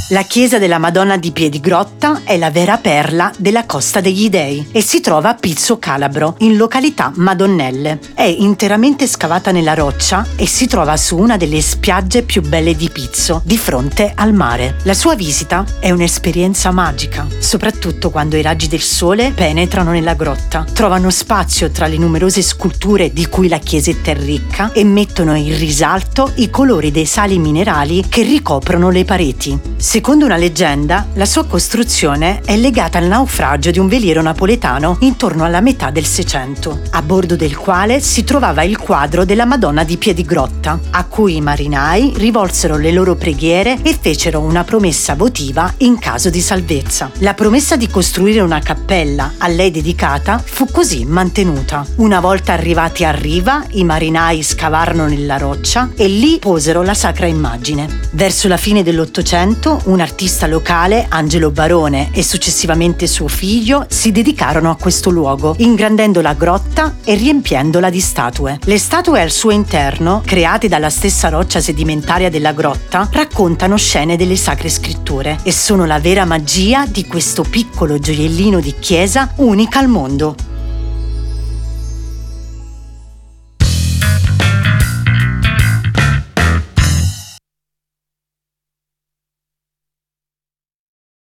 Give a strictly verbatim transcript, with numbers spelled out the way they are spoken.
La chiesa della Madonna di Piedigrotta è la vera perla della Costa degli Dei e si trova a Pizzo Calabro, in località Madonnelle. È interamente scavata nella roccia e si trova su una delle spiagge più belle di Pizzo, di fronte al mare. La sua visita è un'esperienza magica, soprattutto quando i raggi del sole penetrano nella grotta, trovano spazio tra le numerose sculture di cui la chiesetta è ricca e mettono in risalto i colori dei sali minerali che ricoprono le pareti. Secondo una leggenda, la sua costruzione è legata al naufragio di un veliero napoletano intorno alla metà del Seicento, a bordo del quale si trovava il quadro della Madonna di Piedigrotta, a cui i marinai rivolsero le loro preghiere e fecero una promessa votiva in caso di salvezza. La promessa di costruire una cappella a lei dedicata fu così mantenuta. Una volta arrivati a riva, i marinai scavarono nella roccia e lì posero la sacra immagine. Verso la fine dell'Ottocento, un artista locale, Angelo Barone, e successivamente suo figlio si dedicarono a questo luogo, ingrandendo la grotta e riempiendola di statue. Le statue al suo interno, create dalla stessa roccia sedimentaria della grotta, raccontano scene delle sacre scritture e sono la vera magia di questo piccolo gioiellino di chiesa unica al mondo.